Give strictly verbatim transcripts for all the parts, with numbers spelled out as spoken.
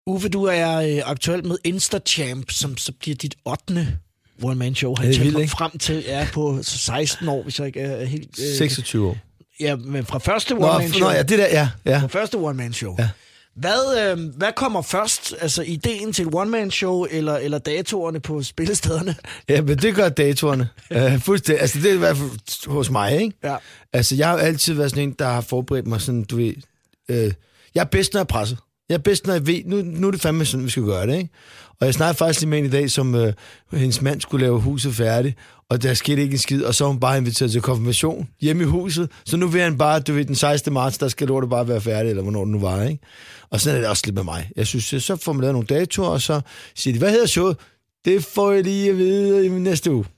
Uffe, du er øh, aktuelt med Instachamp, som så bliver dit ottende one-man-show. Har jeg talt mig frem til er på seksten år, hvis jeg ikke er helt... Øh, seksogtyve år. Ja, men fra første one-man-show. Nå, ja, det der, ja. ja. Fra første one-man-show. Ja. Hvad, øh, hvad kommer først? Altså ideen til et one-man-show, eller, eller datorerne på spillestederne? Ja, men det gør datorerne. uh, fuldstændig. Altså, det er i hvert fald hos mig, ikke? Ja. Altså, jeg har jo altid været sådan en, der har forberedt mig sådan, du ved... Øh, jeg er bedst, når jeg er presset. Jeg er bedst, når jeg ved... Nu, nu er det fandme sådan, vi skal gøre det, ikke? Og jeg snakkede faktisk lige med en i dag, som øh, hendes mand skulle lave huset færdigt, og der skete ikke en skid, og så var hun bare inviteret til konfirmation hjemme i huset. Så nu vil han bare, du ved, den sekstende marts, der skal lortet bare være færdigt, eller hvornår det nu var, ikke? Og sådan er det også lidt med mig. Jeg synes, så får man lavet nogle datoer, og så siger de, hvad hedder showet? Det får jeg lige at vide i næste uge.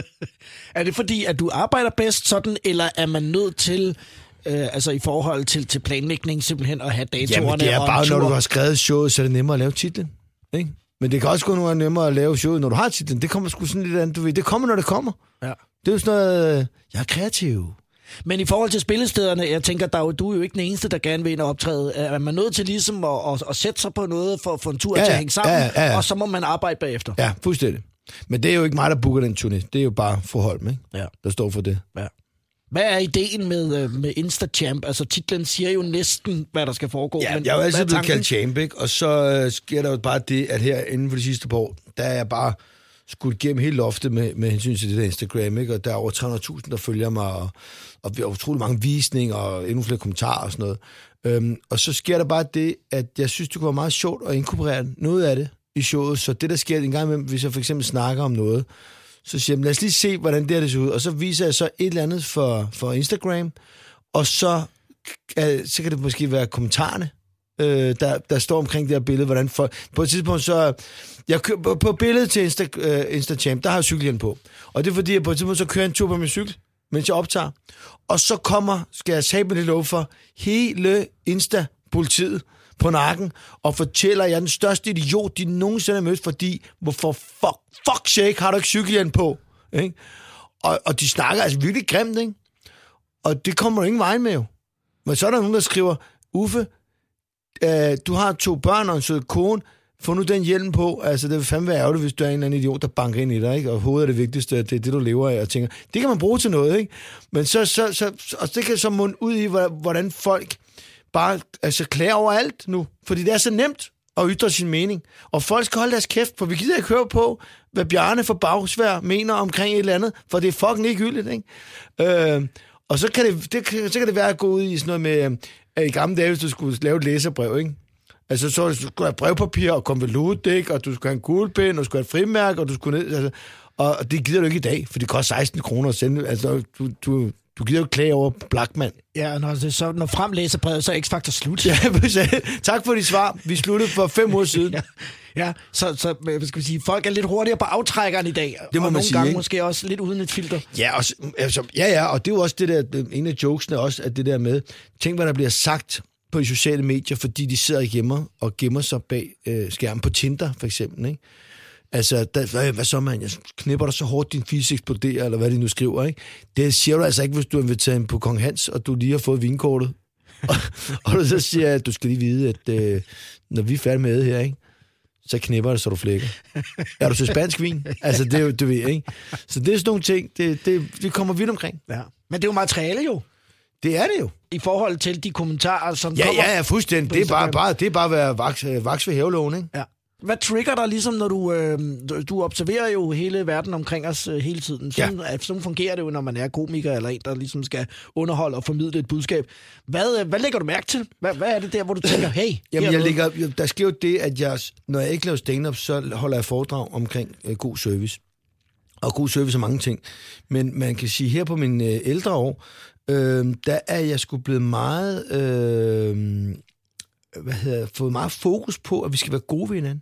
Er det fordi, at du arbejder bedst sådan, eller er man nødt til... Øh, altså i forhold til, til planlægning simpelthen at have datorerne. Jamen det er bare, når du har skrevet showet, så er det nemmere at lave titlen, ikke? Men det kan også gå nogle gange nemmere at lave showet, når du har titlen. Det kommer sgu sådan lidt andet, du ved. Det kommer, når det kommer. Ja. Det er jo sådan noget, jeg er kreativ. Men i forhold til spillestederne, jeg tænker, der er jo, du er jo ikke den eneste, der gerne vil ind og optræde. Er man nødt til ligesom at, at, at sætte sig på noget for at få en tur ja, til at hænge sammen, ja, ja, ja. og så må man arbejde bagefter? Ja, fuldstændig. Men det er jo ikke mig, der booker den turné. Det er jo bare fru Holm, ikke? Ja. Der står for det. Ja. Hvad er ideen med, med Instachamp? Altså titlen siger jo næsten, hvad der skal foregå. Ja, men jeg er jo altid blevet tanken? kaldt champ, ikke? Og så øh, sker der jo bare det, at her inden for de sidste par år, der er jeg bare skudt gennem hele loftet med, med hensyn til det der Instagram, ikke? Og der er over tre hundrede tusind, der følger mig, og, og vi har utrolig mange visninger, og endnu flere kommentarer og sådan noget. Øhm, og så sker der bare det, at jeg synes, det kunne være meget sjovt at inkorporere noget af det i showet. Så det, der sker en gang imellem, hvis jeg for eksempel snakker om noget, så siger jeg, lad os lige se, hvordan det her det ser ud. Og så viser jeg så et eller andet for, for Instagram, og så, øh, så kan det måske være kommentarerne, øh, der, der står omkring det her billede, hvordan folk... På et tidspunkt så... Jeg kører, på, på billedet til Insta, øh, Instachamp, der har jeg cykelhjelm på. Og det er fordi, at på et tidspunkt så kører jeg en tur på min cykel, mens jeg optager. Og så kommer, skal jeg sige med det lov for, hele Insta-politiet på nakken, og fortæller, at jeg er den største idiot, de nogensinde har mødt, fordi, hvorfor fuck, fuck shake, har du ikke cykelhjelm på? Ikke? Og, og de snakker altså virkelig grimt, ikke? Og det kommer du ingen vej med jo. Men så er der nogen, der skriver, Uffe, øh, du har to børn og en sød kone, få nu den hjelm på. Altså, det vil fandme være ærgerligt, hvis du er en eller anden idiot, der banker ind i dig, ikke? Og hovedet er det vigtigste, det er det, du lever af, og tænker, det kan man bruge til noget, ikke? Men så, så, så og det kan så munde ud i, hvordan folk bare altså, klager over alt nu. Fordi det er så nemt at ytre sin mening. Og folk skal holde deres kæft, for vi gider ikke høre på, hvad Bjarne fra Bagsvær mener omkring et eller andet, for det er fucking ikke hyldigt, ikke? Øh, og så kan, det, det, så kan det være at gå ud i sådan noget med, at i gamle dage, hvis du skulle lave et læserbrev, ikke? Altså, så skulle du have brevpapir og konvolut, ikke? Og du skulle have en kuglepen, og du skulle have et frimærke, og du skulle ned... Altså, og det gider du ikke i dag, for det koster seksten kroner at sende. Altså, du, du, du gider jo ikke klage over Blackman. Ja, når, det så, når frem læserbrevet, så er X-Factor slut. Ja, tak for dit svar. Vi sluttede for fem uger siden. ja, ja, så, så hvad skal vi sige, folk er lidt hurtigere på aftrækkeren i dag. Det må og man nogle sige, gange ikke? måske også lidt uden et filter. Ja, og, altså, ja, ja, og det er jo også det der, en af jokesene også, at det der med, tænk hvad der bliver sagt på de sociale medier, fordi de sidder og gemmer, og gemmer sig bag øh, skærmen på Tinder, for eksempel, ikke? Altså, der, hvad, hvad så, man? Jeg knipper dig så hårdt, din fis eksploderer, eller hvad de nu skriver, ikke? Det siger du altså ikke, hvis du er inviteret ind på Kong Hans, og du lige har fået vinkortet. og, og du så siger, at du skal lige vide, at øh, når vi er færdige med det her, ikke? Så knipper det, så du flækker. Er du til spansk vin? Altså, det er jo, du ved, ikke? Så det er sådan nogle ting, det, det, det kommer vidt omkring. Ja. Men det er jo materiale jo. Det er det jo. I forhold til de kommentarer, som ja, kommer... Ja, ja, fuldstændig. Det er bare, bare, det er bare at være vaks, vaks ved hævlån, ikke? Ja. Hvad trigger dig ligesom, når du... Øh, du observerer jo hele verden omkring os øh, hele tiden. Sådan, ja. Sådan fungerer det jo, når man er komiker eller en, der ligesom skal underholde og formidle et budskab. Hvad, øh, hvad lægger du mærke til? Hvad, hvad er det der, hvor du tænker, hey... Jamen, jeg lægger, der sker jo det, at jeg, når jeg ikke laver stand-up, så holder jeg foredrag omkring øh, god service. Og god service er mange ting. Men man kan sige, her på mine øh, ældre år, øh, der er jeg sgu blevet meget... Øh, hvad hedder fået meget fokus på, at vi skal være gode ved hinanden.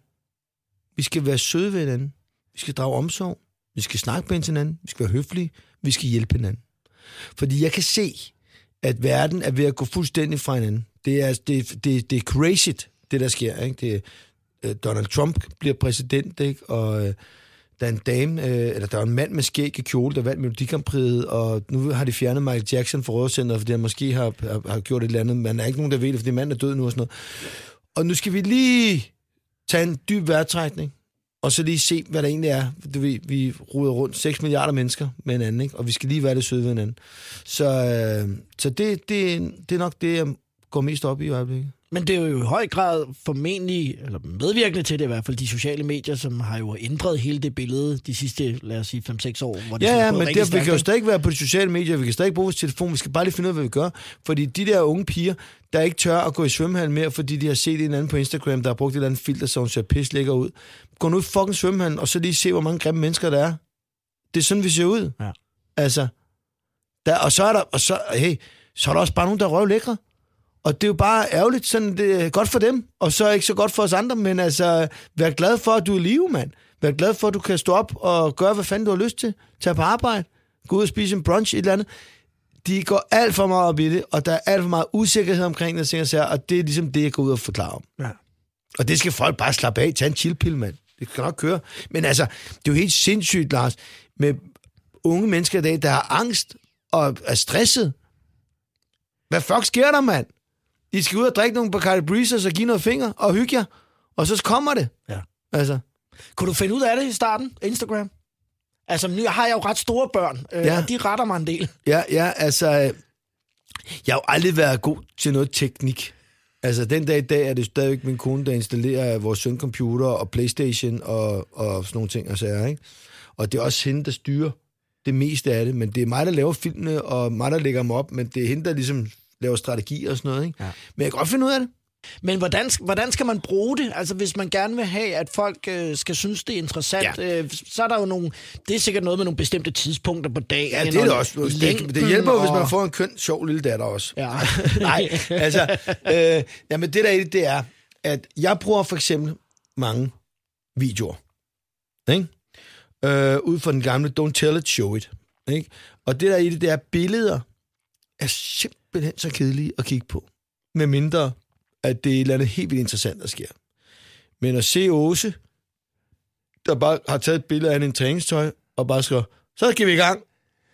Vi skal være søde ved hinanden. Vi skal drage omsorg. Vi skal snakke med hinanden. Vi skal være høflige. Vi skal hjælpe hinanden. Fordi jeg kan se, at verden er ved at gå fuldstændig fra hinanden. Det er, det, det, det er crazy, det der sker. Ikke? Det er, Donald Trump bliver præsident, ikke? Og der er en dame, eller der er en mand med skæg i kjole, der vandt Melodi Grand Prix, og nu har de fjernet Michael Jackson fra Rådcenteret, fordi han måske har, har, har gjort et eller andet. Man er ikke nogen, der ved det, fordi manden er død nu og sådan noget. Og nu skal vi lige tage en dyb vejrtrækning, og så lige se, hvad der egentlig er. Du ved, vi ruder rundt seks milliarder mennesker med hinanden, ikke? Og vi skal lige være det søde ved hinanden. Så, øh, så det, det, det er nok det, jeg går mest op i i øjeblikket. Men det er jo i høj grad formentlig, eller medvirkende til det i hvert fald, de sociale medier, som har jo ændret hele det billede de sidste, lad os sige, fem seks år. Hvor det ja, ja, men det, vi kan jo stadig være på de sociale medier, vi kan stadig bruge vores telefon, vi skal bare lige finde ud af, hvad vi gør. Fordi de der unge piger, der ikke tør at gå i svømmehallen mere, fordi de har set en anden på Instagram, der har brugt et eller andet filter, så hun ser pis lækker ud. Gå nu i fucking svømmehallen, og så lige se, hvor mange grimme mennesker der er. Det er sådan, vi ser ud. Ja. Altså. Der, og så er der, og så, hey, så er der også bare nogen, der er røvlækre. Og det er jo bare ærgerligt, sådan, det er godt for dem, og så er ikke så godt for os andre, men altså, vær glad for, at du er i live, mand. Vær glad for, at du kan stå op og gøre, hvad fanden du har lyst til. Tag på arbejde, gå ud og spise en brunch, et eller andet. De går alt for meget op i det, og der er alt for meget usikkerhed omkring det, og det er ligesom det, jeg går ud og forklare om. Ja. Og det skal folk bare slappe af, tage en chillpill, mand. Det kan nok køre. Men altså, det er jo helt sindssygt, Lars, med unge mennesker i dag, der har angst og er stresset. Hvad fuck sker der, mand? I skal ud og drikke nogle Bacardi Breezers og give noget finger og hygge jer, og så kommer det. Ja. Altså. Kunne du finde ud af det i starten, Instagram? Altså, nu har jeg jo ret store børn, øh, ja. Og de retter mig en del. Ja, ja, altså, jeg har jo aldrig været god til noget teknik. Altså, den dag i dag er det stadigvæk min kone, der installerer vores søncomputer og PlayStation og, og sådan nogle ting og sager, ikke? Og det er også hende, der styrer det meste af det, men det er mig, der laver filmene, og mig, der lægger dem op, men det er hende, der ligesom laver strategi og sådan noget, ikke? Ja. Men jeg kan godt finde ud af det. Men hvordan, hvordan skal man bruge det? Altså, hvis man gerne vil have, at folk øh, skal synes, det er interessant, ja. øh, så er der jo nogle... Det er sikkert noget med nogle bestemte tidspunkter på dagen. Ja, det er det også. Det, det hjælper jo, og... hvis man får en køn, sjov lille datter også. Ja. Nej, altså... Øh, jamen, det der i det, det er, at jeg bruger for eksempel mange videoer. Ikke? Øh, ud fra den gamle Don't Tell It, Show It. Ikke? Og det der i det, det er billeder, er simpelthen så kedelige at kigge på. Med mindre, at det er et eller andet helt vildt interessant, der sker. Men at se Åse, der bare har taget et billede af en træningstøj, og bare skriver, så skal vi i gang.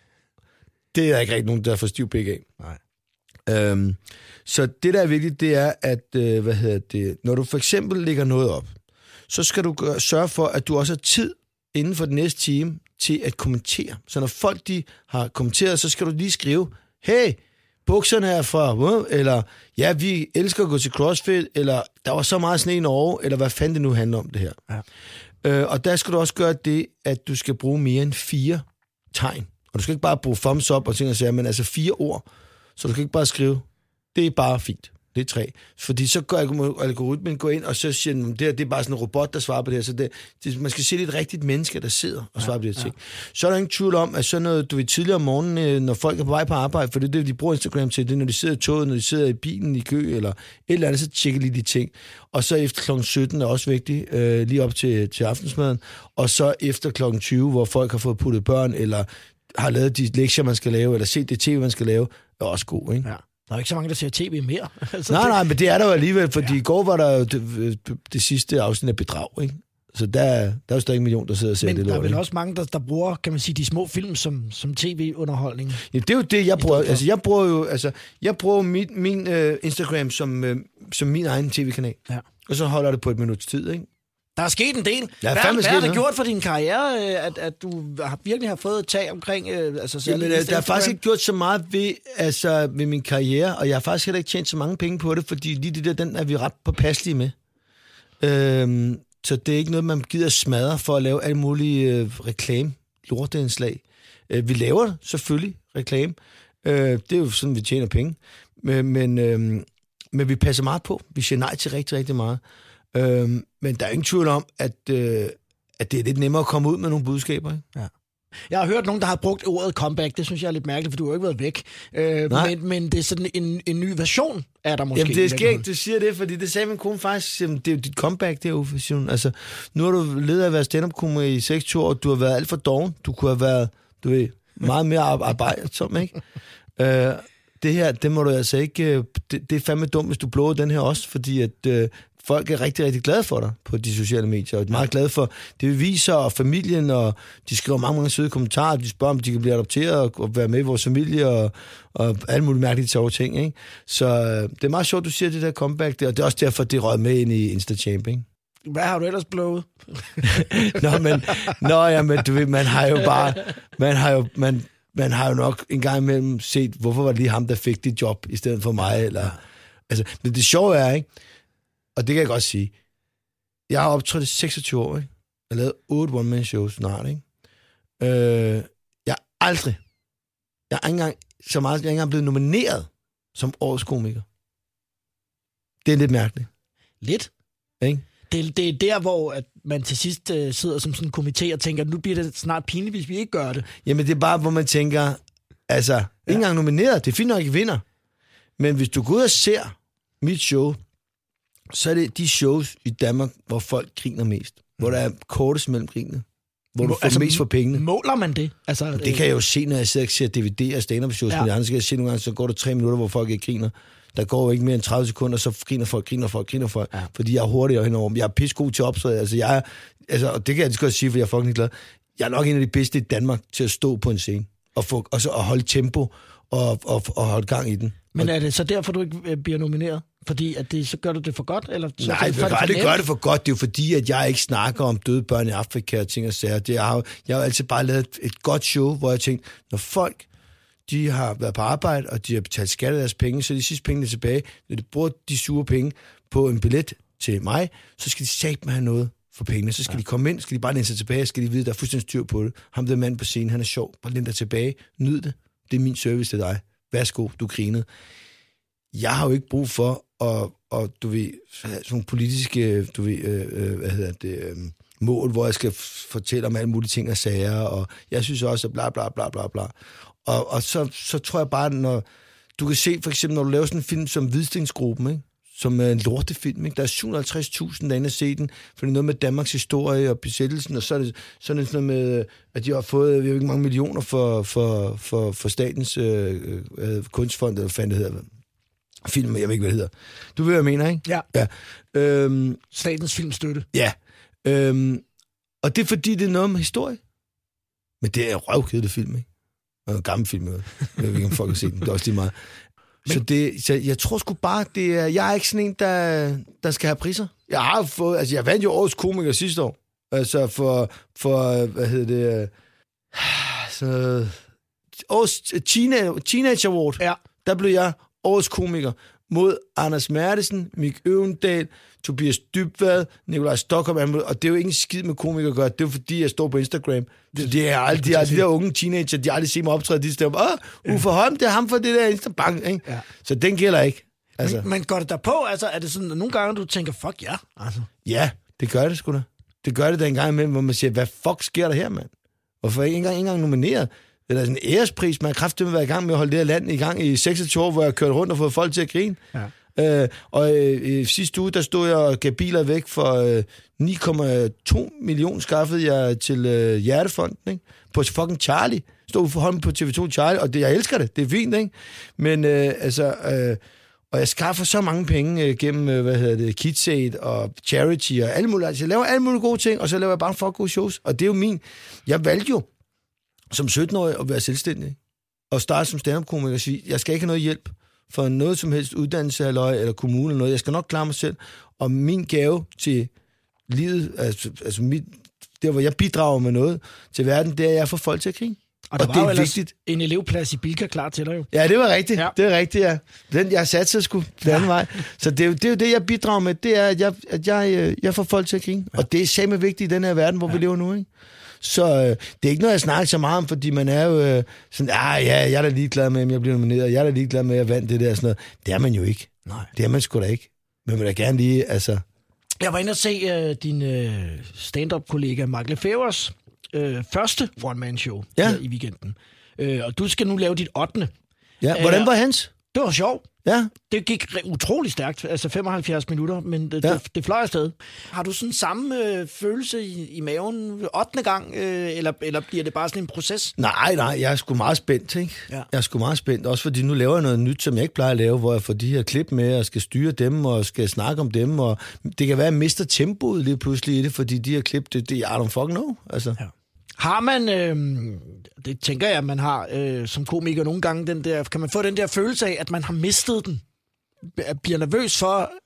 Det er ikke rigtig nogen, der får stiv pik af. Nej. Øhm, så det, der er vigtigt, det er, at øh, hvad hedder det, når du for eksempel lægger noget op, så skal du gøre, sørge for, at du også har tid inden for den næste time til at kommentere. Så når folk de har kommenteret, så skal du lige skrive, hey, bukserne er fra, eller ja, vi elsker at gå til CrossFit, eller der var så meget sne i Norge, eller hvad fanden det nu handler om det her. Ja. Øh, og der skal du også gøre det, at du skal bruge mere end fire tegn. Og du skal ikke bare bruge thumbs up og ting og sager, men altså fire ord. Så du skal ikke bare skrive, det er bare fint. Det er tre. Fordi så går algoritmen gå ind, og så siger den, det, her, det er bare sådan en robot, der svarer på det her. Så det, det, man skal se det et rigtigt menneske, der sidder og svarer ja, på det her ting. Ja. Så er der ingen tvivl om, at sådan noget, du ved, tidligere om morgenen, når folk er på vej på arbejde, for det er det, de bruger Instagram til, det er, når de sidder i toget, når de sidder i bilen i kø, eller et eller andet, så tjekker lige de ting. Og så efter klokken sytten er også vigtigt, øh, lige op til, til aftensmaden. Og så efter klokken tyve, hvor folk har fået puttet børn, eller har lavet de lektier, man skal lave, eller set det tv, man skal lave, er også god, ikke? Ja. Der er ikke så mange, der ser tv mere. altså, nej, det... nej, men det er der jo alligevel, fordi ja. I går var der jo det, det sidste afsnit af Bedrag, ikke? Så der, der er jo stadig en million, der sidder og ser men det. Men der lort, er vel også mange, der, der bruger, kan man sige, de små film som, som tv-underholdning. Ja, det er jo det, jeg bruger. Altså, jeg bruger jo, altså, jeg bruger min, min uh, Instagram som, uh, som min egen tv-kanal. Ja. Og så holder det på et minuts tid, ikke? Der er sket en del. Ja, hvad hvad har det gjort for din karriere, at, at du har, virkelig har fået et tag omkring... Altså, Jamen, der er faktisk ikke gjort så meget ved, altså, ved min karriere, og jeg har faktisk heller ikke tjent så mange penge på det, fordi lige det der, den er vi ret påpasselige med. Øhm, så det er ikke noget, man gider smadre for at lave alle mulige øh, reklame, lorteindslag. Øh, vi laver selvfølgelig reklame. Øh, det er jo sådan, vi tjener penge. Men, men, øh, men vi passer meget på. Vi siger nej til rigtig, rigtig meget. Øhm, men der er ingen tvivl om, at, øh, at det er lidt nemmere at komme ud med nogle budskaber, ikke? Ja. Jeg har hørt nogen, der har brugt ordet comeback. Det synes jeg er lidt mærkeligt, for du har jo ikke været væk. Øh, men, men det er sådan en, en ny version af der måske. Jamen det er skægt, du siger det, fordi det sagde min kone faktisk. Jamen, det er jo dit comeback, det er jo. Altså, nu har du ledet af at være stand-up-komiker i seks år, og du har været alt for doven. Du kunne have været, du ved, meget mere arbejdsom, ikke? øh, det her, det må du altså ikke... Det, det er fandme dumt, hvis du blower den her også, fordi at... Øh, folk er rigtig, rigtig glade for dig på de sociale medier, og de er meget glade for det, vi viser, og familien, og de skriver mange, mange søde kommentarer, de spørger, om de kan blive adopteret og være med i vores familie, og, og alle mulige mærkelige sjove ting, ikke? Så det er meget sjovt, du siger det der comeback der, og det er også derfor, det røg med ind i Instachamp, ikke? Hvad har du ellers blået? nå, men, nå, ja, men du ved, man har jo bare, man har jo, man, man har jo nok en gang imellem set, hvorfor var det lige ham, der fik det job, i stedet for mig, eller, altså, men det sjove er, ikke, og det kan jeg godt sige, jeg har optrådt i seksogtyve år, ikke, jeg har lavet otte one-man-shows snart, ikke, øh, jeg har aldrig, jeg har ikke engang, så meget, jeg er ikke engang blevet nomineret som årets komiker. Det er lidt mærkeligt. Lidt? Ikke? Det, det er der, hvor at man til sidst uh, sidder som sådan en komité og tænker, nu bliver det snart pinligt, hvis vi ikke gør det. Jamen, det er bare, hvor man tænker, altså, ja. Ikke engang nomineret, det er fint nok, at I vinder. Men hvis du går ud og ser mit show, så er det de shows i Danmark, hvor folk griner mest. Mm. Hvor der er kortest mellem grinene. Hvor du får altså, mest for pengene. Måler man det? Altså, det kan jeg jo se, når jeg sidder og ser D V D og stand-up shows. Ja. Men andre skal jeg se nogle gange, så går der tre minutter, hvor folk ikke griner. Der går jo ikke mere end tredive sekunder, så griner folk, griner folk, griner folk. Ja. Fordi jeg er hurtigere henover. Jeg er pissegod til at optræde. Altså, jeg er, altså, og det kan jeg lige godt sige, for jeg er fucking glad. Jeg er nok en af de bedste i Danmark til at stå på en scene. Og, få, og, så, og holde tempo og, og, og holde gang i den. Men er det så derfor, du ikke bliver nomineret? Fordi at det, så gør du det for godt? Eller så Nej, det, jeg gør det, gør det for godt. Det er jo fordi, at jeg ikke snakker om døde børn i Afrika og ting og sager. Det, jeg, har, jeg har altid bare lavet et, et godt show, hvor jeg tænkte, når folk de har været på arbejde, og de har betalt skat af deres penge, så de sidste penge er tilbage. Når de bruger de sure penge på en billet til mig, så skal de satme have noget for pengene. Så skal ja. de komme ind, skal de bare læne sig tilbage, skal de vide, at der er fuldstændig styr på det. Ham der mand på scenen, han er sjov. Bare læn dig tilbage. Nyd det. Det er min service til dig. Værsgo, du grinede. Jeg har jo ikke brug for at, og, du ved, sådan nogle politiske, du ved, øh, hvad hedder det, øh, mål, hvor jeg skal fortælle om alle mulige ting og sager, og jeg synes også, at bla bla bla bla bla. Og, og så, så tror jeg bare, når du kan se, for eksempel, når du laver sådan en film som Hvidstensgruppen, ikke? Som er en lortefilm, ikke? Der er syv hundrede og halvtreds tusind, der er inde at se den, for det er noget med Danmarks historie og besættelsen, og så er det sådan er noget med, at de har fået, jeg ved ikke, mange millioner for, for, for, for statens øh, øh, kunstfond, eller hvad fanden det hedder. Film, jeg ved ikke, hvad det hedder. Du ved, hvad jeg mener, ikke? Ja. ja. Øhm, Statens filmstøtte. Ja. Øhm, og det er fordi, det er noget med historie. Men det er røvkedelig film, ikke? Og en gammel film, jeg ved ikke, om folk har set den. Det er også lige meget. Men... Så, det, så jeg tror sgu bare, det er, jeg er ikke sådan en, der, der skal have priser. Jeg har fået, altså jeg vandt jo årets komiker sidste år. Altså for, for hvad hedder det, så, årets teenage, teenage Award. Ja. Der blev jeg årets komiker mod Anders Mertesen, Mik Øvendal, Tobias Dybvad, Nikolaj Stockholm, og det er jo ikke en skid med komikere at gøre, det er jo fordi, jeg står på Instagram. Så de er aldrig, de, er, de der unge teenager, de har aldrig set mig optræde, de stemmer, åh, Uffe Holm, det er ham for det der Instabank, ikke? Ja. Så den gælder ikke. Altså. Men, men går det der på? Altså, er det sådan, at nogle gange, du tænker, fuck ja? Altså. Ja, det gør det sgu da. Det gør det da en gang imellem, hvor man siger, hvad fuck sker der her, mand? Hvorfor ikke engang, engang nomineret? Det er sådan en ærespris, man har kraftigt været i gang med at holde det her land i gang i seksogtyve år, hvor jeg har kørt rundt og fået folk til at grine. Ja. Øh, og øh, sidste uge, der stod jeg og gav biler væk for øh, ni komma to millioner skaffede jeg til øh, Hjertefonden, ikke? På fucking Charlie. Stod for hånden på T V to Charlie, og det, jeg elsker det. Det er fint, ikke? Men øh, altså... Øh, og jeg skaffer så mange penge øh, gennem, øh, hvad hedder det, KidsAid og Charity og alle mulige... Altså, jeg laver alle mulige gode ting, og så laver jeg bare fuck gode shows. Og det er jo min... Jeg valgte jo som sytten-årig at være selvstændig, og starte som stand-up-komiker og sige, jeg skal ikke have noget hjælp for noget som helst uddannelse eller, eller kommune eller noget. Jeg skal nok klare mig selv. Og min gave til livet, altså, altså mit, der hvor jeg bidrager med noget til verden, det er, at jeg får folk til at grine. Og der og var det er jo vigtigt. En elevplads i Bilka klar til dig jo. Ja, det var rigtigt. Ja. Det er rigtigt, ja. Den, jeg satte sig sgu den anden ja. vej. Så det er, jo, det er jo det, jeg bidrager med, det er, at jeg, at jeg, jeg får folk til at grine. Ja. Og det er simpelthen vigtigt i den her verden, hvor ja. vi lever nu, ikke? Så øh, det er ikke noget, jeg snakker så meget om, fordi man er jo øh, sådan, ah ja, jeg er da ligeglad med, om jeg bliver nomineret, jeg er da ligeglad med, at jeg vandt det der sådan noget. Det er man jo ikke. Nej. Det er man sgu da ikke. Men man da gerne lige, altså... Jeg var inde og se øh, din øh, stand-up-kollega Mark Lefebvres øh, første one-man-show ja. i weekenden. Øh, og du skal nu lave dit ottende. Ja, hvordan var hans? Det var sjovt. Ja. Det gik utrolig stærkt, altså femoghalvfjerds minutter, men det, ja. det, det fløj afsted. Har du sådan samme øh, følelse i, i maven ottende gang, øh, eller, eller bliver det bare sådan en proces? Nej, nej, jeg er sgu meget spændt, ikke? Ja. Jeg er sgu meget spændt, også fordi nu laver jeg noget nyt, som jeg ikke plejer at lave, hvor jeg får de her klip med, og skal styre dem, og skal snakke om dem, og det kan være, at jeg mister tempoet lige pludselig i det, fordi de her klip, det, det I don't fucking know, altså. Ja. Har man, øh, det tænker jeg, man har øh, som komiker nogle gange, den der, kan man få den der følelse af, at man har mistet den? Bliver nervøs for,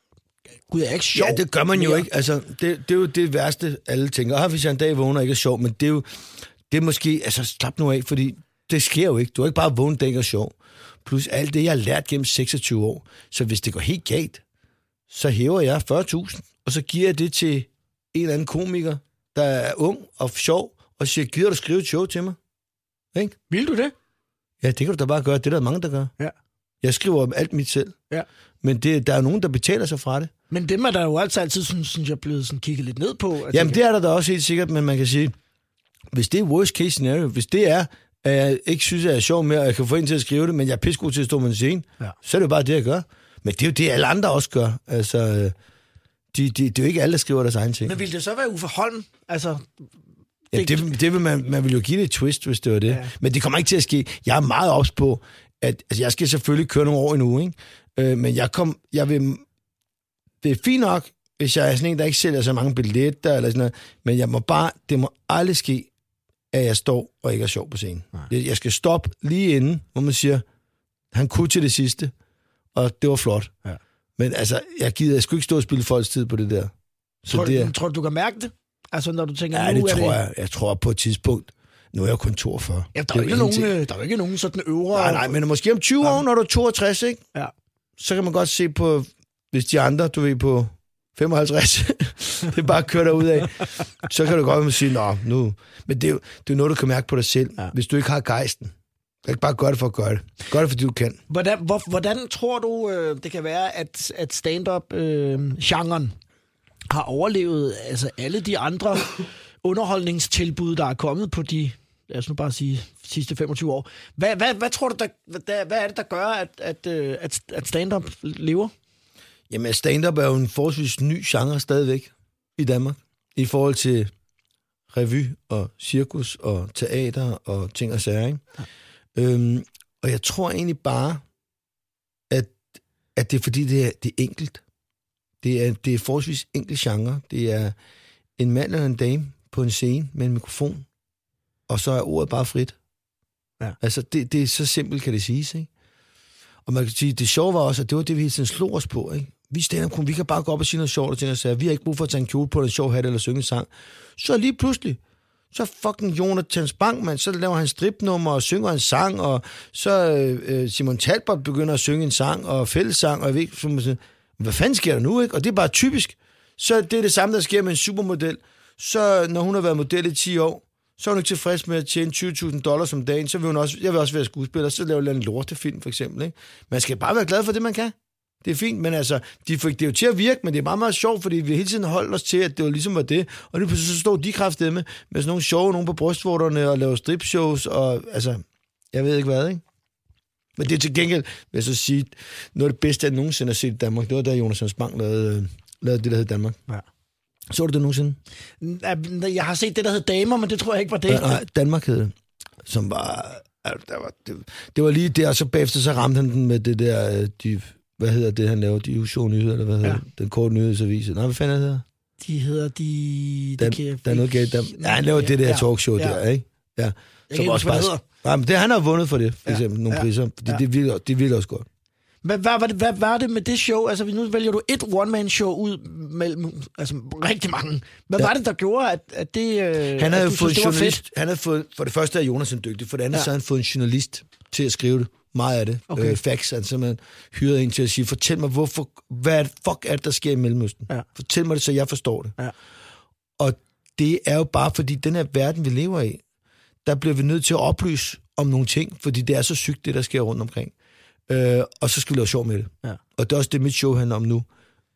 gud, jeg er ikke sjov. Ja, det gør man jo mere. ikke. Altså, det, det er jo det værste, alle tænker. Ah, hvis jeg en dag vågner og ikke er sjov, men det er jo, det er måske, altså slap nu af, fordi det sker jo ikke. Du har ikke bare vågnet, det ikke er sjov. Plus alt det, jeg har lært gennem seksogtyve år. Så hvis det går helt galt, så hæver jeg fyrre tusind, og så giver jeg det til en eller anden komiker, der er ung og sjov, og siger, gider du skrive et show til mig? Ikke? Vil du det? Ja, det kan du da bare gøre. Det er der mange, der gør. Ja. Jeg skriver om alt mit selv. Ja. Men det, der er nogen, der betaler sig fra det. Men dem er der jo altid, altid synes, synes jeg, blevet sådan kigget lidt ned på. At Jamen, det er der da også helt sikkert, men man kan sige, hvis det er worst case scenario, hvis det er, at jeg ikke synes, at jeg er sjov mere, og jeg kan få en til at skrive det, men jeg er pissegod til at stå med en scene, ja. Så er det jo bare det, jeg gør. Men det er jo det, alle andre også gør. Altså, de, de, det er jo ikke alle, der skriver deres egen ting. Men ville det så være Uffe Holm? Altså... Ja, det, det vil man, man vil jo give det et twist, hvis det var det. Ja. Men det kommer ikke til at ske. Jeg er meget ops på, at altså, jeg skal selvfølgelig køre nogle år endnu, ikke? Øh, men jeg kom, jeg vil, det er fint nok, hvis jeg er sådan en, der ikke sælger så mange billetter eller sådan noget, men jeg må bare, det må aldrig ske, at jeg står og ikke er sjov på scenen. Nej. Jeg skal stoppe lige inden, hvor man siger, han kunne til det sidste, og det var flot. Ja. Men altså, jeg gider, jeg skulle ikke stå og spille folks tid på det der. Så tror, det er, tror du, du kan mærke det? Altså, når du tænker, ja, nu det er tror det... jeg. Jeg tror på et tidspunkt, nu er jeg kun toogfyrre. Ja, der er, jo ikke nogen, der er jo ikke nogen sådan øvre... Nej, nej, men måske om tyve ja. år, når du er toogtres, ikke? Ja. Så kan man godt se på, hvis de andre, du ved, på femoghalvtreds, det er bare at køre derud af, så kan du godt sige, nå, nu... Men det er jo det er noget, du kan mærke på dig selv, ja. Hvis du ikke har gejsten. Du kan ikke bare gøre det for at gøre det. Gør det, fordi du kan. Hvordan, hvor, hvordan tror du, øh, det kan være, at, at stand-up-genren øh, har overlevet altså alle de andre underholdningstilbud, der er kommet på de, lad os nu bare sige, sidste femogtyve år. Hvad, hvad, hvad tror du, der, hvad, hvad er det, der gør, at, at, at, at stand-up lever? Jamen, stand-up er jo en forholdsvis ny genre stadigvæk i Danmark, i forhold til revy og cirkus og teater og ting og sager, ikke? Ja. Øhm, og jeg tror egentlig bare, at, at det er fordi, det er, det er enkelt. Det er, det er forholdsvis enkelt genre. Det er en mand eller en dame på en scene med en mikrofon, og så er ordet bare frit. Ja. Altså, det, det er så simpelt, kan det siges, ikke? Og man kan sige, det sjove var også, at det var det, vi hele tiden slog os på, ikke? Vi stand-up, vi kan bare gå op og sige noget sjovt, og tænke os, at vi har ikke brug for at tage en kjole på, en sjov hat eller synge en sang. Så lige pludselig, så fucking Jonathan Spang, man, så laver han stripnummer og synger en sang, og så øh, Simon Talbot begynder at synge en sang, og fællessang, og jeg ved ikke, så man siger, hvad fanden sker der nu, ikke? Og det er bare typisk. Så det er det samme, der sker med en supermodel. Så når hun har været model i ti år, så er hun ikke tilfreds med at tjene tyve tusind dollars om dagen, så vil hun også, jeg vil også være skuespiller, så laver jeg en lortefilm, for eksempel, ikke? Man skal bare være glad for det, man kan. Det er fint, men altså, de fik det jo til at virke, men det er meget, meget sjovt, fordi vi hele tiden holdt os til, at det var ligesom var det, og nu så stod de kraftedeme med sådan nogle sjove, nogen på brystvorterne, og laver stripshows, og altså, jeg ved ikke hvad, ikke? Men det er til gengæld, vil jeg så sige, noget af det bedste, jeg nogensinde har set i Danmark, det var da Jonas Spang lavede, lavede det, der hed Danmark. Ja. Så du det nogensinde? Jeg har set det, der hed Damer, men det tror jeg ikke var det. Ja, nej, Danmark hed det, som var, altså, der var det, det var lige der, og så bagefter så ramte han den med det der, de... Hvad hedder det, han laver? De usjove nyheder, eller hvad hedder ja. Den korte nyhedsavis? Nej, hvad fanden hedder det? De hedder de... Dan, de der er noget galt. Der, ja, han laver ja, det der ja, talkshow ja. Der, ikke? Ja. Jeg kan ikke huske, hvad det hedder. Nej, men det, han har vundet for det, for eksempel, ja. Nogle ja. Priser. Fordi ja. det, virker, det virker også godt. Hvad, hvad, hvad, hvad var det med det show? Altså, nu vælger du et one-man-show ud mellem altså, rigtig mange. Hvad ja. Var det, der gjorde, at, at det... Øh, han havde at fået synes, en journalist... Han havde fået, for det første er Jonas en dygtig, for det andet ja. Så havde han fået en journalist til at skrive det. Meget af det. Okay. Øh, facts, han simpelthen hyrede en til at sige, fortæl mig, hvorfor, hvad fuck er det, der sker i Mellemøsten? Ja. Fortæl mig det, så jeg forstår det. Ja. Og det er jo bare, fordi den her verden, vi lever i, der bliver vi nødt til at oplyse om nogle ting, fordi det er så sygt, det der sker rundt omkring. Øh, og så skal vi lave sjov med det. Ja. Og det er også det, mit show handler om nu.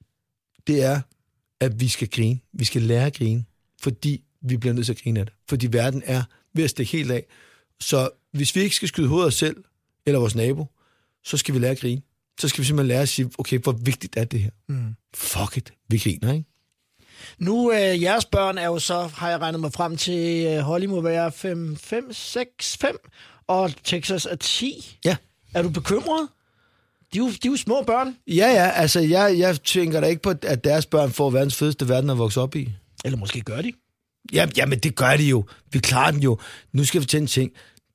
Det er, at vi skal grine. Vi skal lære at grine, fordi vi bliver nødt til at grine af det. Fordi verden er ved at stikke helt af. Så hvis vi ikke skal skyde hovedet os selv, eller vores nabo, så skal vi lære at grine. Så skal vi simpelthen lære at sige, okay, hvor vigtigt er det her? Mm. Fuck it, vi griner, ikke? Nu, øh, jeres børn er jo så, har jeg regnet mig frem til, øh, Holly må være fem, fem, seks, fem, og Texas er ti. Ja. Er du bekymret? De er jo, de er jo små børn. Ja, ja, altså jeg, jeg tænker da ikke på, at deres børn får verdens fedeste verden at vokse op i. Eller måske gør de. Ja, jamen det gør de jo. Vi klarer den jo. Nu skal vi til en ting.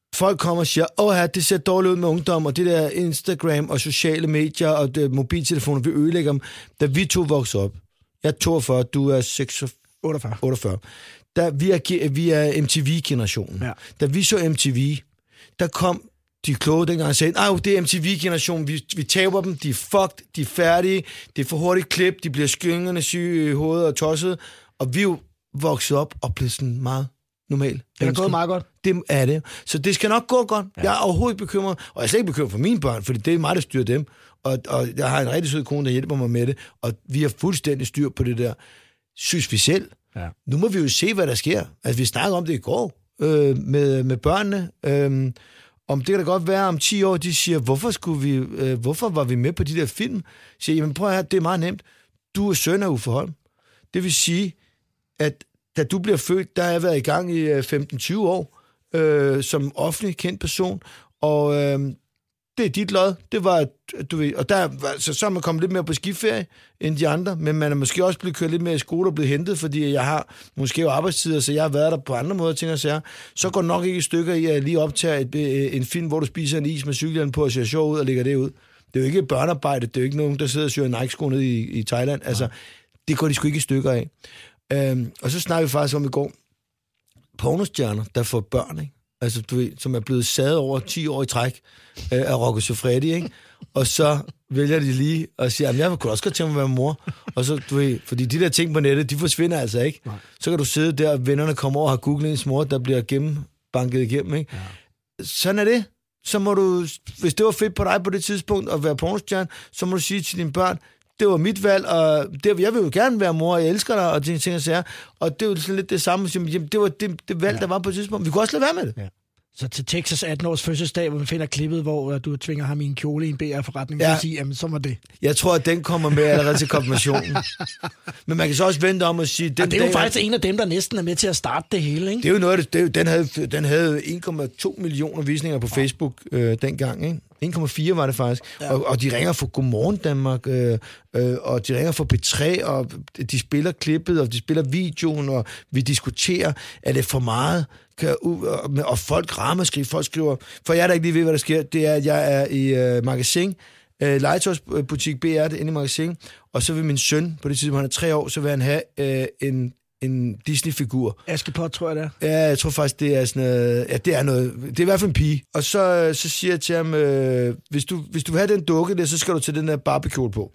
folk kommer og siger, åh her, det ser dårligt ud med ungdom, og det der Instagram og sociale medier og det, mobiltelefoner, vi ødelægger dem. Da vi to voksede op, jeg er toogfyrre, du er seksogfyrre, otteogfyrre. otteogfyrre. Da vi er, vi er M T V-generationen. Ja. Da vi så M T V, der kom de kloge dengang og sagde, nej, det er M T V-generationen, vi, vi taber dem, de er fucked, de er færdige, det er for hurtigt klip, de bliver skyngende syge i hovedet og tosset, og vi jo voksede op og blev sådan meget normalt. Det er gået meget godt. Det er det. Så det skal nok gå godt. Ja. Jeg er overhovedet ikke bekymret, og jeg er slet ikke bekymret for mine børn, fordi det er mig, der styrer dem, og, og jeg har en rigtig sød kone, der hjælper mig med det, og vi har fuldstændig styr på det der, synes vi selv. Ja. Nu må vi jo se, hvad der sker. Altså, vi snakker om det i går øh, med, med børnene. Øh, om det kan da godt være, om ti år, de siger, hvorfor, skulle vi, øh, hvorfor var vi med på de der film? Så siger, jamen prøv at høre, det er meget nemt. Du er søn af Uffe Holm. Det vil sige, at da du bliver født, der har jeg været i gang i femten til tyve år, øh, som offentlig kendt person, og øh, det er dit lod. Det var, du ved, og der, altså, så er man kommet lidt mere på skiferie end de andre, men man er måske også blevet kørt lidt mere i skole og blevet hentet, fordi jeg har måske jo arbejdstider, så jeg har været der på andre måder, ting og sager. Så går det nok ikke i stykker i at lige optage et, en film, hvor du spiser en is med cykelhjelm på og ser sjov ud og lægger det ud. Det er jo ikke børnearbejde, det er jo ikke nogen, der sidder og syr Nike-sko ned i, i Thailand. Altså, ja. Det går de sgu ikke i stykker af. Øhm, og så snakker vi faktisk om i går, pornostjerner, der får børn, ikke? Altså, du ved, som er blevet sadet over ti år i træk øh, af Rocco Siffredi, ikke? Og så vælger de lige at sige, at jeg kunne også godt tænke mig at være mor. Og så, du ved, fordi de der ting på nettet, de forsvinder altså ikke. Nej. Så kan du sidde der, og vennerne kommer over og har googlet ens mor, der bliver gennembanket igennem, ikke? Ja. Sådan er det. Så må du, hvis det var fedt på dig på det tidspunkt at være pornostjerne, så må du sige til dine børn, det var mit valg, og det, jeg vil jo gerne være mor, og jeg elsker dig, og ting, ting og sager. Og det er jo sådan lidt det samme, jamen, det var det, det valg, ja. Der var på et tidspunkt. Vi kunne også lade være med det. Ja. Så til Texas atten-års fødselsdag, hvor man finder klippet, hvor du tvinger ham i en kjole i en B R-forretning, ja. Så sige, jamen, så var det. Jeg tror, at den kommer med allerede til konfirmationen. Men man kan så også vente om at sige... Den og det er jo dag, faktisk en af dem, der næsten er med til at starte det hele, ikke? Det er jo noget af det. det er jo, den, havde, den havde en komma to millioner visninger på Facebook øh, dengang, ikke? en komma fire var det faktisk. Ja. Og, og de ringer for Godmorgen Danmark, øh, øh, og de ringer for P tre, og de spiller klippet, og de spiller videoen, og vi diskuterer, er det for meget? Kan, og, og folk ramaskriver, folk skriver, for jeg der ikke lige ved, hvad der sker, det er, at jeg er i øh, magasin, øh, legetøjsbutik B R, det inde i magasin, og så vil min søn, på det tidspunkt, han er tre år, så vil han have øh, en en Disney-figur. Askepot, tror jeg det er. Ja, jeg tror faktisk, det er sådan noget... Ja, det er noget... Det er i hvert fald en pige. Og så, så siger jeg til ham, øh, hvis, du, hvis du vil have den dukke der, så skal du tage den der Barbie-kjole på.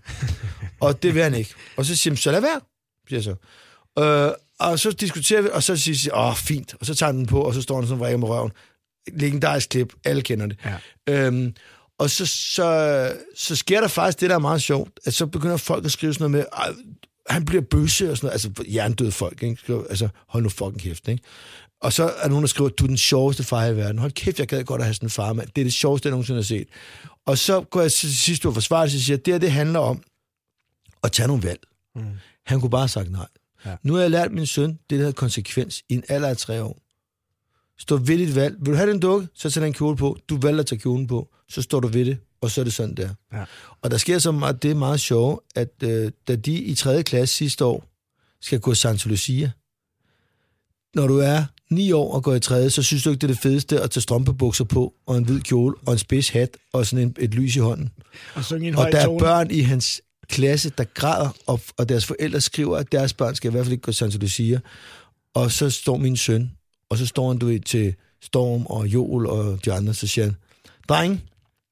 Og det vil han ikke. Og så siger han, så lad være, siger jeg så. Øh, og så diskuterer vi, og så siger jeg, åh, fint. Og så tager han den på, og så står han sådan og vrikker med røven. Legendarisk klip. Alle kender det. Ja. Øhm, og så, så, så sker der faktisk det, der er meget sjovt, at så begynder folk at skrive sådan noget med... Han bliver bøsse og sådan noget, altså hjernedøde folk, ikke? Altså, hold nu fucking kæft, ikke? Og så er der nogen, der skriver, du er den sjoveste far i verden. Hold kæft, jeg gad godt at have sådan en far, mand. Det er det sjoveste, jeg nogensinde har set. Og så går jeg til sidst og forsvarer det, og siger, at det her, det handler om at tage nogle valg. Mm. Han kunne bare have sagt nej. Ja. Nu har jeg lært min søn, det der hedder konsekvens, i en alder af tre år. Stå ved dit valg. Vil du have den dukke, så tager den kjole på. Du vælger at tage kjolen på, så står du ved det, og så er det sådan der. Ja. Og der sker så meget, det er meget sjovt, at øh, da de i tredje klasse sidste år skal gå Santa Lucia, når du er ni år og går i tredje, så synes du ikke, det er det fedeste at tage strømpebukser på, og en hvid kjole, og en spids hat, og sådan en, et lys i hånden. Og, en og der er børn i hans klasse, der græder, og, og deres forældre skriver, at deres børn skal i hvert fald ikke gå Santa Lucia. Og så står min søn, og så står han, du ved, til Storm og Joel og de andre, så siger han, dreng,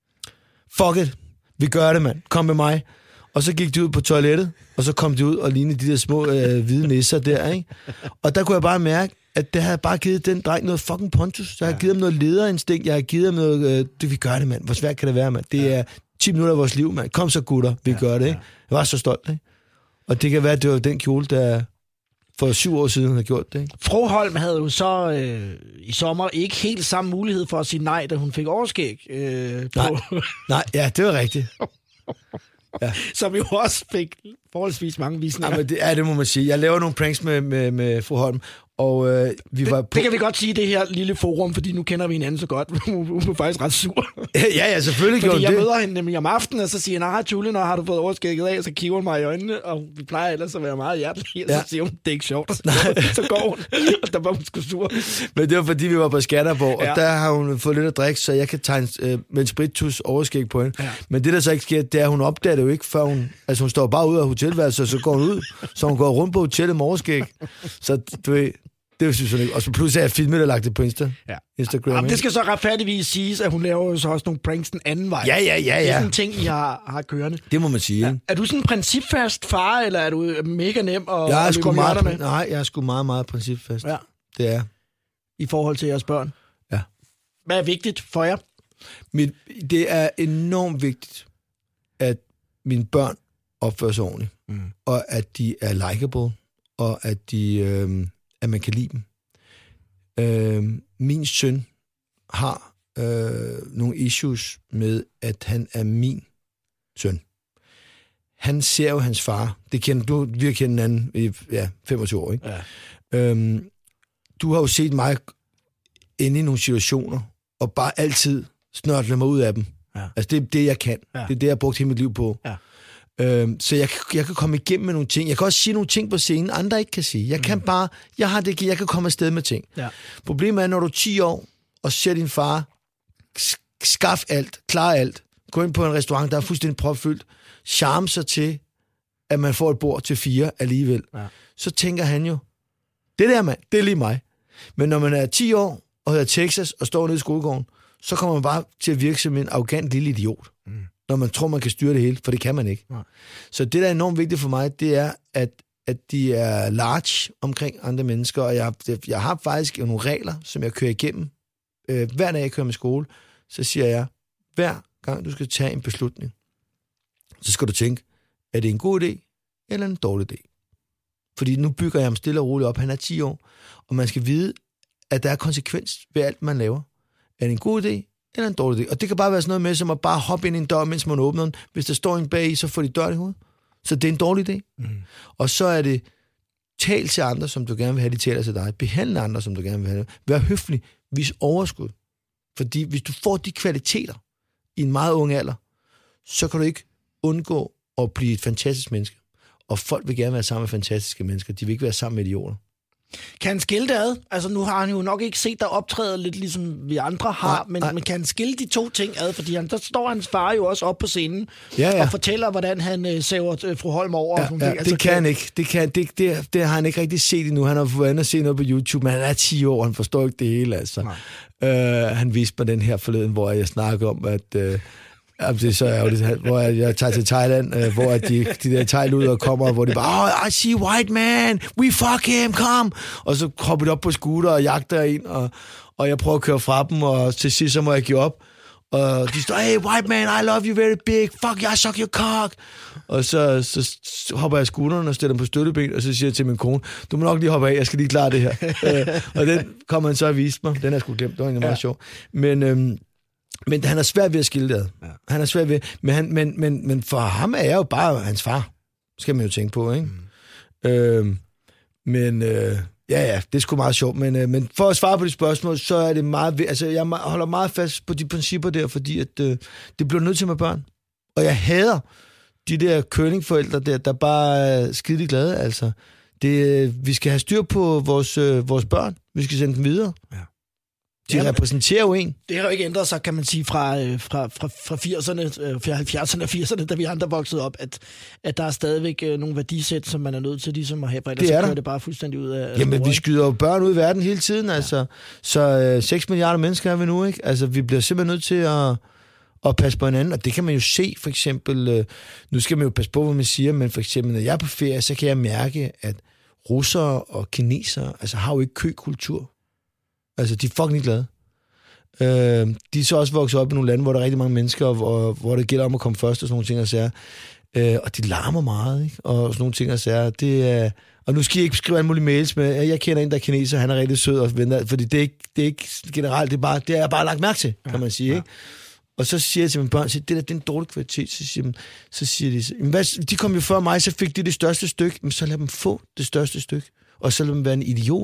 fuck it, vi gør det, mand, kom med mig. Og så gik de ud på toilettet, og så kom de ud og lignede de der små øh, hvide nisser der, ikke? Og der kunne jeg bare mærke, at det havde bare givet den dreng noget fucking pontus. Jeg har ja. givet ham noget lederinstinkt, jeg har givet ham noget, øh, det vi gør det, mand. Hvor svært kan det være, mand? Det ja. er ti minutter af vores liv, mand. Kom så, gutter, vi ja. gør det, ikke? Jeg var så stolt, ikke? Og det kan være, at det var den kjole, der for syv år siden har gjort det, ikke? Froholm havde jo så øh, i sommer ikke helt samme mulighed for at sige nej, da hun fik overskæg. Øh, på. Nej. nej, ja, det var rigtigt. Ja. Som jo også fik forholdsvis mange visninger. Ja, men det, ja, det må man sige. Jeg laver nogle pranks med, med, med fru Holm, Og øh, vi det, var på... det kan vi godt sige, det her lille forum, fordi nu kender vi hinanden så godt. Hun er faktisk ret sur. ja, ja, selvfølgelig gjorde Fordi jeg det. møder hende nemlig om aftenen, og så siger jeg, nej, Julie, når har du fået overskægget af? Så kigger hun mig i øjnene, og vi plejer ellers at være meget hjertelige. Og så ja. siger hun, det er ikke sjovt. Og så, så går hun, og der var hun sgu sur. Men det var fordi, vi var på Skanderborg, ja. og der har hun fået lidt at drikke, så jeg kan tegne øh, med en spiritus overskæg på hende. Ja. Men det, der så ikke sker, det er, at hun opdager det jo ikke, før hun... Altså, hun står bare ud af hotelværelset, og så går hun ud, så hun går rundt på hotellet med overskæg. Så du ved... Det synes jeg ikke. Og så pludselig er jeg filmet og lagt det på Insta. Ja. Instagram. Jamen, det skal så retfærdigvis siges, at hun laver jo så også nogle pranks den anden vej. Ja, ja, ja, ja. Det er sådan en ting, I har, har kørende. Det må man sige. Ja. Er du sådan en principfast far, eller er du mega nem og jeg er sgu meget, med? Nej, jeg er sgu meget, meget principfast. Ja. Det er. I forhold til jeres børn? Ja. Hvad er vigtigt for jer? Mit, det er enormt vigtigt, at mine børn opfører sig ordentligt. Mm. Og at de er likeable, og at de... Øh, at man kan lide dem. Øh, min søn har øh, nogle issues med, at han er min søn. Han ser jo hans far. Det kender du, vi har kendt hinanden i ja, femogtyve år, ikke? Ja. Øhm, du har jo set mig inde i nogle situationer, og bare altid snørtle mig ud af dem. Ja. Altså, det er det, jeg kan. Ja. Det er det, jeg har brugt hele mit liv på. Ja. Øhm, så jeg, jeg kan komme igennem med nogle ting. Jeg kan også sige nogle ting på scenen, andre ikke kan sige. Jeg kan bare, jeg har det, jeg kan komme afsted med ting. Ja. Problemet er, når du er ti år, og ser din far skaffe alt, klare alt, gå ind på en restaurant, der er fuldstændig propfyldt, charme sig til, at man får et bord til fire alligevel. Ja. Så tænker han jo, det der mand, det er lige mig. Men når man er ti år, og hedder Texas, og står nede i skolegården, så kommer man bare til at virke som en arrogant lille idiot. Mm. Når man tror, man kan styre det hele, for det kan man ikke. Nej. Så det, der er enormt vigtigt for mig, det er, at, at de er large omkring andre mennesker, og jeg, jeg har faktisk nogle regler, som jeg kører igennem. Øh, hver dag jeg kører med skole, så siger jeg, hver gang du skal tage en beslutning, så skal du tænke, er det en god idé, eller en dårlig idé? Fordi nu bygger jeg ham stille og roligt op. Han er ti år, og man skal vide, at der er konsekvens ved alt, man laver. Er det en god idé, eller en dårlig idé? Og det kan bare være sådan noget med, som at bare hoppe ind i en dør, mens man åbner den. Hvis der står en bag i, så får de døren i hovedet. Så det er en dårlig idé. Mm. Og så er det, tal til andre, som du gerne vil have, de taler til dig. Behandle andre, som du gerne vil have. Vær høflig. Vis overskud. Fordi hvis du får de kvaliteter i en meget ung alder, så kan du ikke undgå at blive et fantastisk menneske. Og folk vil gerne være sammen med fantastiske mennesker. De vil ikke være sammen med idioter. Kan han skille det ad? Altså, nu har han jo nok ikke set dig optræde lidt ligesom vi andre har, nej, men, nej. men kan han skille de to ting ad? Fordi han, der står hans far jo også op på scenen ja, ja. og fortæller, hvordan han øh, saver øh, fru Holm over. Ja, og sådan ja, ting. Altså, det kan han ikke. Det, kan, det, det, det har han ikke rigtig set endnu. Han har fået andet at se noget på YouTube, men han er ti år, han forstår ikke det hele. Altså. Uh, han viste mig den her forleden, hvor jeg snakkede om, at... Uh, det er så ærgerligt, hvor jeg tager til Thailand, øh, hvor de, de der thailuder kommer, hvor de bare, oh, I see white man, we fuck him, come! Og så hopper de op på scooter og jagter ind, og, og jeg prøver at køre fra dem, og til sidst så må jeg give op. Og de står, hey, white man, I love you very big, fuck you, I suck your cock! Og så, så, så hopper jeg scooteren og stiller dem på støtteben, og så siger jeg til min kone, du må nok lige hoppe af, jeg skal lige klare det her. øh, og den kommer han så at vise mig, den er sgu glemt, det var egentlig meget ja. sjov. Men... Øhm, Men han er svært ved at skille det. Ja. Han er svært ved, men, han, men, men, men for ham er jeg jo bare hans far. Skal man jo tænke på, ikke? Mm. Øh, men øh, ja, ja, det er sgu meget sjovt. Men, øh, men for at svare på de spørgsmål, så er det meget... Altså, jeg holder meget fast på de principper der, fordi at, øh, det bliver nødt til med børn. Og jeg hader de der curlingforældre der, der bare er skide glade, altså. Det, vi skal have styr på vores, øh, vores børn. Vi skal sende dem videre. Ja. De ja, repræsenterer jo en. Det har jo ikke ændret sig, kan man sige, fra, fra, fra, fra firserne, fra halvfjerdserne og firserne, da vi andre voksede op, at, at der er stadigvæk nogle værdisæt, som man er nødt til ligesom at have, for ellers så kører det bare fuldstændig ud af... Jamen, vi skyder jo børn ud i verden hele tiden, altså. Ja. Så øh, seks milliarder mennesker er vi nu, ikke? Altså, vi bliver simpelthen nødt til at, at passe på hinanden, og det kan man jo se, for eksempel... Øh, nu skal man jo passe på, hvad man siger, men for eksempel, når jeg er på ferie, så kan jeg mærke, at russere og kinesere, altså, har jo ikke køkultur. Altså, de er fucking glade. Øh, de er så også vokset op i nogle lande, hvor der er rigtig mange mennesker, og hvor, hvor det gælder om at komme først, og sådan nogle ting og sager. Øh, og de larmer meget, ikke? Og sådan nogle ting og sager. Det er... Og nu skal I ikke skrive alle mulige mails med, jeg kender en, der er kineser, han er rigtig sød og venner, fordi det er ikke, det er ikke generelt, det er bare, det er bare lagt mærke til, kan man sige, ikke? Og så siger jeg til mine børn, det der, det er en dårlig kvalitet. Så siger, de, så siger de, hvad, de kom jo før mig, så fik de det største stykke, men så lad dem få det største stykke, og så lad dem være en idiot.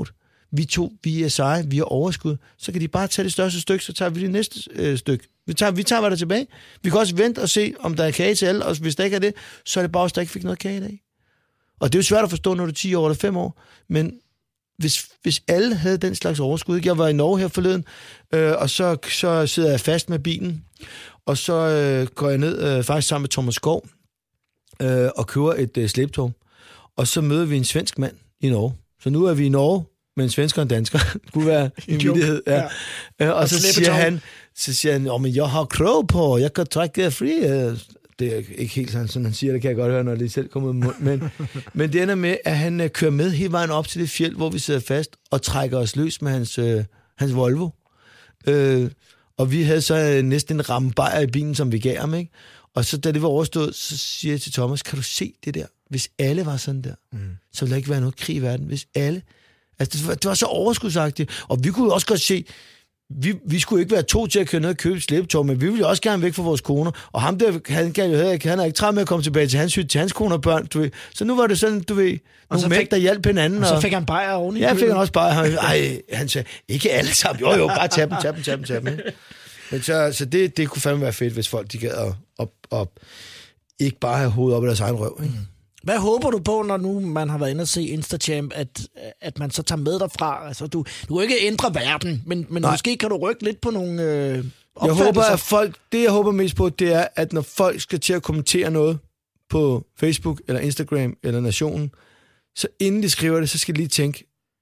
vi to, vi er seje, vi har overskud, så kan de bare tage det største stykke, så tager vi det næste øh, stykke. Vi tager, vi tager hvad der tilbage. Vi kan også vente og se, om der er kage til alle, og hvis der ikke er det, så er det bare os, der ikke fik noget kage i dag. Og det er jo svært at forstå, når du er ti år eller fem år, men hvis, hvis alle havde den slags overskud, ikke? Jeg var i Norge her forleden, øh, og så, så sidder jeg fast med bilen, og så øh, går jeg ned, øh, faktisk sammen med Thomas Skov, øh, og køber et øh, slæbtog, og så møder vi en svensk mand i Norge. Så nu er vi i Norge med en svensker og en dansker. Det kunne være en vittighed. Ja. Ja. Øh, og, og så siger han, så siger han, oh, men jeg har krog på, jeg kan trække fri. Det er ikke helt sådan, sådan han siger, det kan jeg godt høre, når det selv kommer ud af munden. Men, men det ender med, at han kører med hele vejen op til det fjeld, hvor vi sidder fast, og trækker os løs med hans, øh, hans Volvo. Øh, og vi havde så næsten en ramme bajer i bilen, som vi gav ham, ikke? Og så da det var overstået, så siger jeg til Thomas, kan du se det der? Hvis alle var sådan der, mm. så ville der ikke være noget krig i verden. Hvis alle... Altså, det var, det var så overskudsagtigt. Og vi kunne også godt se, vi, vi skulle ikke være to til at køre ned og købe et slæbetog, men vi ville jo også gerne væk fra vores koner. Og ham der, han kan jo ikke, han er ikke træt med at komme tilbage til hans hytte, til hans koner og børn, du ved. Så nu var det sådan, du ved, nogle mænd, der hjalp hinanden. Og så fik han bajer oveni. Ja, fik han også bajer. Han, ej, han sagde, ikke alle sammen. Jo, jo, bare tag dem, tag dem, tag dem, tag dem. Men så, så det, det kunne fandme være fedt, hvis folk de gad at op, op, ikke bare have hovedet op i deres egen røv, ikke? Mm. Hvad håber du på, når nu man har været inde og se Instachamp, at, at man så tager med derfra? Altså, du, du kan ikke ændre verden, men, men måske kan du rykke lidt på nogle øh, jeg håber, at folk, det, jeg håber mest på, det er, at når folk skal til at kommentere noget på Facebook eller Instagram eller Nationen, så inden de skriver det, så skal de lige tænke,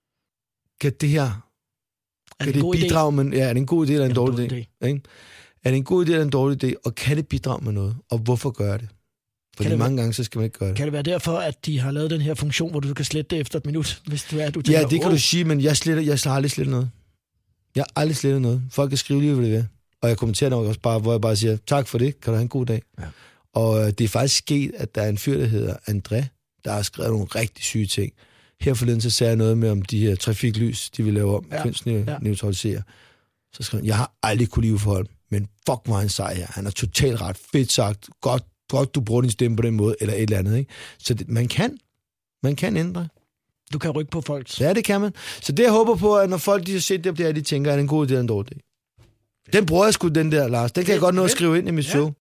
kan det her kan det, det bidrage med, ja, er det en god idé eller en, en dårlig idé? idé? Ikke? Er det en god idé eller en dårlig idé, og kan det bidrage med noget, og hvorfor gør det? Fordi det mange gange, så skal man ikke gøre det. Kan det være derfor, at de har lavet den her funktion, hvor du kan slette det efter et minut, hvis du er, du tænker, ja, det kan oh. du sige, men jeg, sletter, jeg har aldrig slettet noget. Jeg har aldrig slettet noget. Folk kan skrive lige, hvad det vil. Og jeg kommenterer nok også bare, hvor jeg bare siger, tak for det, kan du have en god dag. Ja. Og øh, det er faktisk sket, at der er en fyr, der hedder André, der har skrevet nogle rigtig syge ting. Her forleden, så sagde jeg noget med, om de her trafiklys, de vil lave om, ja. kønsneutralisere. Så skrev han, jeg har aldrig kunne lide forhold, men fuck mig en sej her. Han er totalt ret fedt sagt, godt, godt, du bruger din stemme på den måde, eller et eller andet, ikke? Så det, man kan. Man kan ændre. Du kan rykke på folks. Ja, det kan man. Så det, jeg håber på, at når folk de har set det, bliver de tænker, at det er en god idé eller en dårlig idé. Den bruger jeg sgu, den der, Lars. Den kan jeg godt nå at skrive ind i mit show.